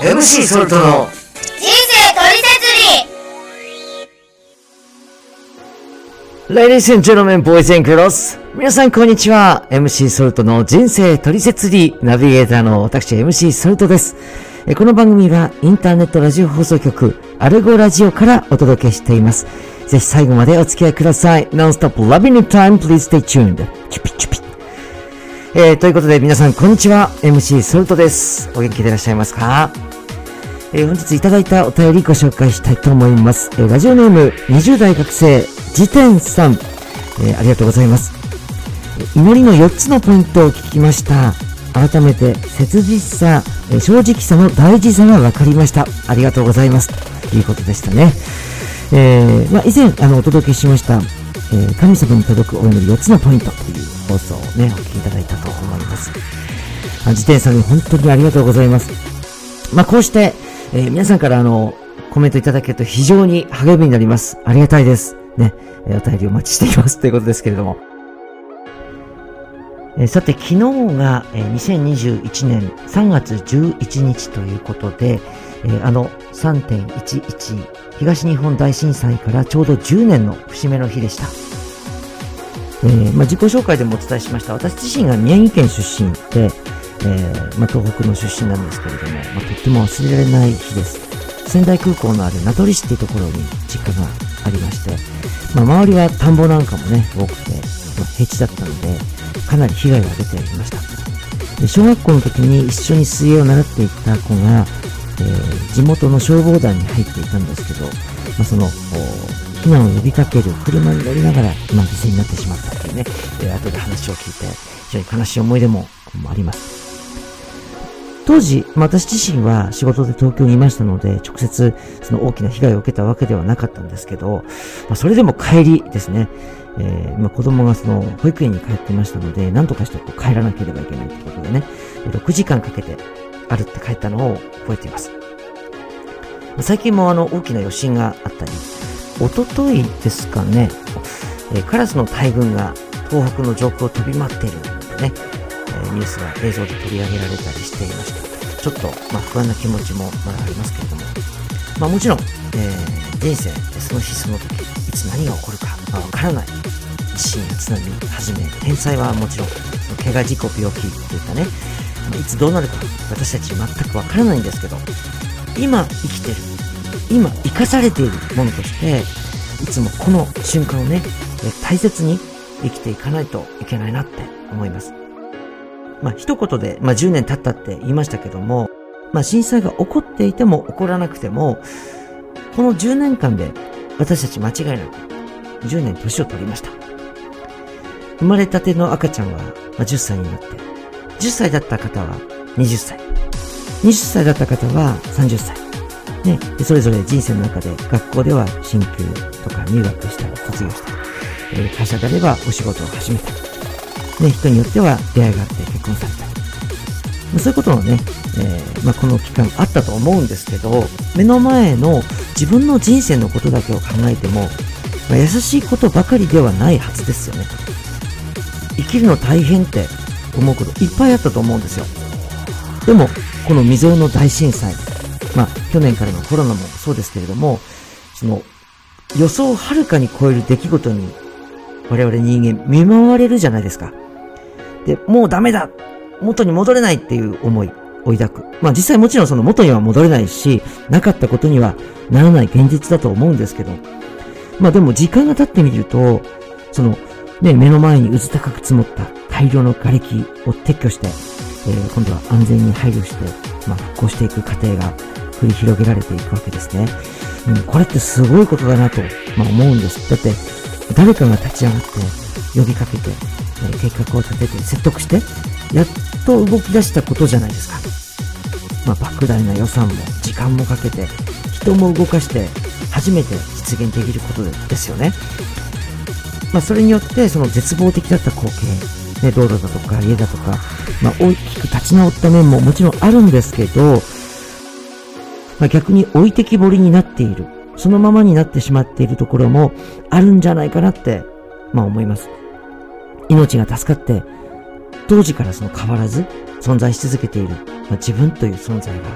MC ソルトの人生トリセツリー。 Ladies and gentlemen, boys and girls 皆さんこんにちは。 MC ソルトの人生トリセツリーナビゲーターの私 MC ソルトです。この番組はインターネットラジオ放送局アルゴラジオからお届けしています。ぜひ最後までお付き合いください。 Non-stop loving your time, please stay tuned. チュピチュピ。ということで皆さんこんにちは。 MC ソルトです。お元気でいらっしゃいますか？本日いただいたお便りご紹介したいと思います。ラジオネーム20代学生ジテンさん、ありがとうございます。祈りの4つのポイントを聞きました。改めて切実さ、正直さの大事さが分かりました。ありがとうございますということでしたね。以前お届けしました、神様に届くお祈り4つのポイントという放送をねお聞きいただいたと思います。ジテンさんに本当にありがとうございます。こうして皆さんからコメントいただけると非常に励みになります。ありがたいです。ね、お便りお待ちしていますということですけれども。さて、昨日が2021年3月11日ということで、3.11 東日本大震災からちょうど10年の節目の日でした。自己紹介でもお伝えしました。私自身が宮城県出身で、東北の出身なんですけれども、とっても忘れられない日です。仙台空港のある名取市っていうところに実家がありまして、周りは田んぼなんかもね多くて、平地だったのでかなり被害が出ていました。で、小学校の時に一緒に水泳を習っていた子が、地元の消防団に入っていたんですけど、その避難を呼びかける車に乗りながら犠牲になってしまったというね、後で話を聞いて非常に悲しい思い出もあります。当時、私自身は仕事で東京にいましたので、直接その大きな被害を受けたわけではなかったんですけど、それでも帰りですね、子供がその保育園に通っていましたので、何とかして帰らなければいけないということでね、6時間かけて歩って帰ったのを覚えています。最近も大きな余震があったり、一昨日ですかね、カラスの大群が東北の上空を飛び回っているのでね、ニュースが映像で取り上げられたりしていました。ちょっと、不安な気持ちもまだありますけれども、もちろん、人生その日その時いつ何が起こるかわからない。地震や津波はじめ天災はもちろん怪我事故病気といったね、いつどうなるか私たち全くわからないんですけど、今生きてる、今生かされているものとしていつもこの瞬間をね大切に生きていかないといけないなって思います。一言で、10年経ったって言いましたけども、震災が起こっていても起こらなくても、この10年間で私たち間違いなく10年年を取りました。生まれたての赤ちゃんは10歳になって、10歳だった方は20歳、20歳だった方は30歳。ね、でそれぞれ人生の中で学校では進級とか入学したり卒業したり、会社であればお仕事を始めたり、人によっては出会いがあって結婚されたり、そういうことのね、この期間あったと思うんですけど、目の前の自分の人生のことだけを考えても、優しいことばかりではないはずですよね。生きるの大変って思うこといっぱいあったと思うんですよ。でもこの未曾有の大震災、去年からのコロナもそうですけれども、その予想をはるかに超える出来事に我々人間見舞われるじゃないですか。で、もうダメだ、元に戻れないっていう思いを抱く。実際もちろんその元には戻れないし、なかったことにはならない現実だと思うんですけど、でも時間が経ってみると、その目の前にうず高く積もった大量の瓦礫を撤去して、今度は安全に配慮して、復興していく過程が繰り広げられていくわけですね。これってすごいことだなと、思うんです。だって誰かが立ち上がって呼びかけて、計画を立てて説得してやっと動き出したことじゃないですか。莫大な予算も時間もかけて人も動かして初めて実現できることですよね。それによってその絶望的だった光景、道路だとか家だとか、大きく立ち直った面ももちろんあるんですけど、逆に置いてきぼりになっている、そのままになってしまっているところもあるんじゃないかなって思います。命が助かって当時からその変わらず存在し続けている、自分という存在が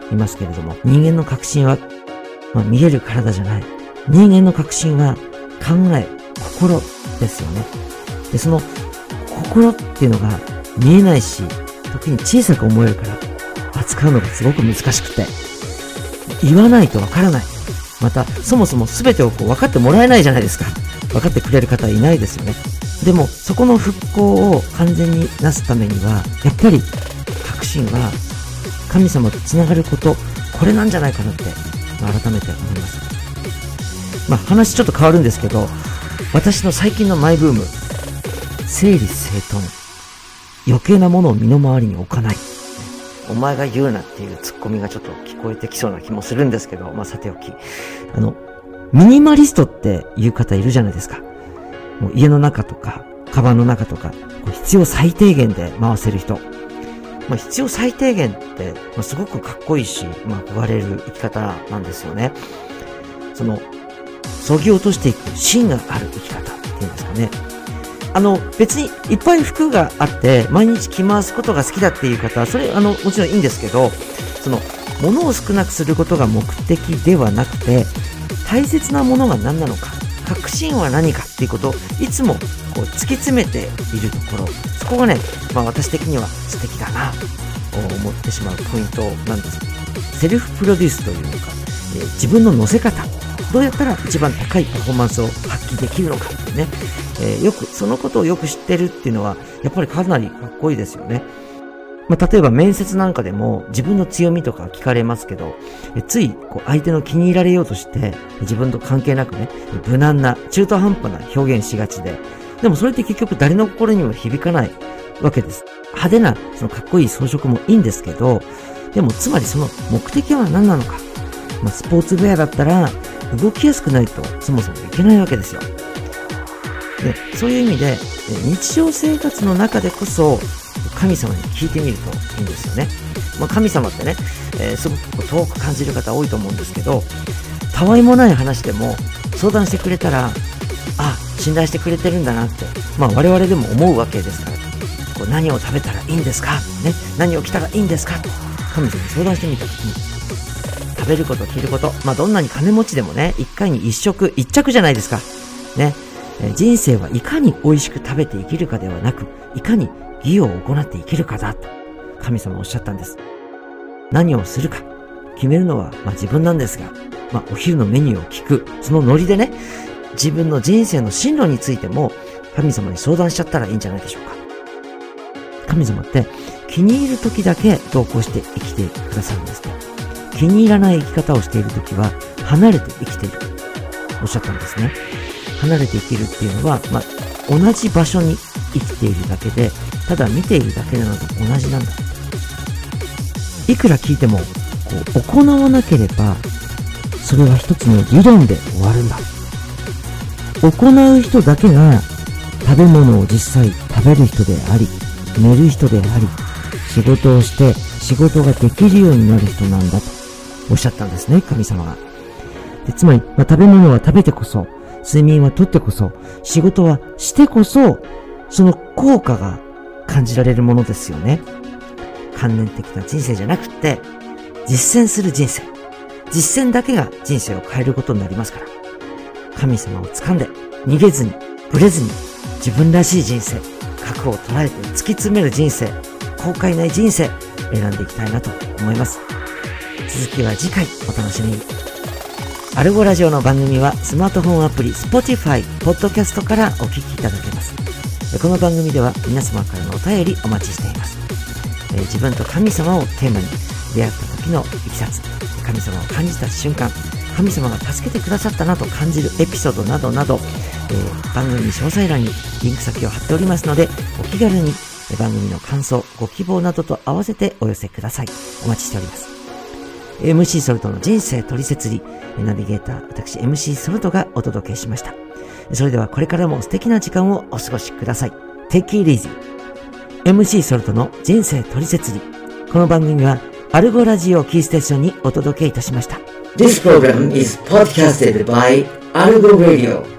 いますけれども、人間の核心は、見える体じゃない。人間の核心は考え、心ですよね。で、その心っていうのが見えないし、特に小さく思えるから扱うのがすごく難しくて、言わないとわからない。また、そもそも全てを分かってもらえないじゃないですか。分かってくれる方はいないですよね。でも、そこの復興を完全になすためには、やっぱり核心は神様とつながること、これなんじゃないかなって、改めて思います。話ちょっと変わるんですけど、私の最近のマイブーム、整理整頓。余計なものを身の回りに置かない。お前が言うなっていうツッコミがちょっと聞こえてきそうな気もするんですけど、さておき。ミニマリストっていう方いるじゃないですか。もう家の中とか、カバンの中とか、必要最低限で回せる人。必要最低限って、すごくかっこいいし、憧れる生き方なんですよね。削ぎ落としていく芯がある生き方っていうんですかね。別にいっぱい服があって、毎日着回すことが好きだっていう方は、それ、もちろんいいんですけど、物を少なくすることが目的ではなくて、大切なものが何なのか、核心は何かっていうことを、いつも突き詰めているところ、そこがね、私的には素敵だな、と思ってしまうポイントなんです。セルフプロデュースというのか、自分の乗せ方、どうやったら一番高いパフォーマンスを発揮できるのかってね、そのことをよく知ってるっていうのは、やっぱりかなりかっこいいですよね。例えば面接なんかでも自分の強みとか聞かれますけど、つい相手の気に入られようとして自分と関係なくね、無難な中途半端な表現しがちで、でもそれって結局誰の心にも響かないわけです。派手なかっこいい装飾もいいんですけど、でもつまりその目的は何なのか。スポーツウェアだったら動きやすくないとそもそもいけないわけですよ。で、そういう意味で日常生活の中でこそ神様に聞いてみるといいんですよね。神様ってね、すごく遠く感じる方多いと思うんですけど、たわいもない話でも相談してくれたら、信頼してくれてるんだなって、我々でも思うわけですから、何を食べたらいいんですか、ね、何を着たらいいんですかと神様に相談してみたときに、食べること、着ること、どんなに金持ちでもね、一回に一食一着じゃないですか。ね、人生はいかに美味しく食べて生きるかではなく、いかに義を行って生きるかだと神様はおっしゃったんです。何をするか決めるのは自分なんですが、お昼のメニューを聞く、そのノリでね、自分の人生の進路についても神様に相談しちゃったらいいんじゃないでしょうか。神様って気に入る時だけ同行して生きてくださるんですね。気に入らない生き方をしている時は離れて生きているとおっしゃったんですね。離れて生きるっていうのは、同じ場所に生きているだけで、ただ見ているだけなのと同じなんだ。いくら聞いても行わなければ、それは一つの理論で終わるんだ。行う人だけが食べ物を実際食べる人であり、寝る人であり、仕事をして仕事ができるようになる人なんだとおっしゃったんですね、神様が。で、つまり、食べ物は食べてこそ、睡眠はとってこそ、仕事はしてこそ、その効果が感じられるものですよね。観念的な人生じゃなくて、実践する人生。実践だけが人生を変えることになりますから。神様を掴んで、逃げずに、ブレずに、自分らしい人生、核を捉えて突き詰める人生、後悔ない人生、選んでいきたいなと思います。続きは次回お楽しみに。アルゴラジオの番組はスマートフォンアプリ Spotify、ポッドキャストからお聞きいただけます。この番組では皆様からのお便りお待ちしています。自分と神様をテーマに出会った時のいきさつ、神様を感じた瞬間、神様が助けてくださったなと感じるエピソードなどなど、番組詳細欄にリンク先を貼っておりますので、お気軽に番組の感想、ご希望などと合わせてお寄せください。お待ちしております。MC ソルトの人生トリセツリ、ナビゲーター、私 MC ソルトがお届けしました。それではこれからも素敵な時間をお過ごしください。Take it easy。MC ソルトの人生トリセツリ。この番組はアルゴラジオキーステーションにお届けいたしました。This program is podcasted by Algo Radio.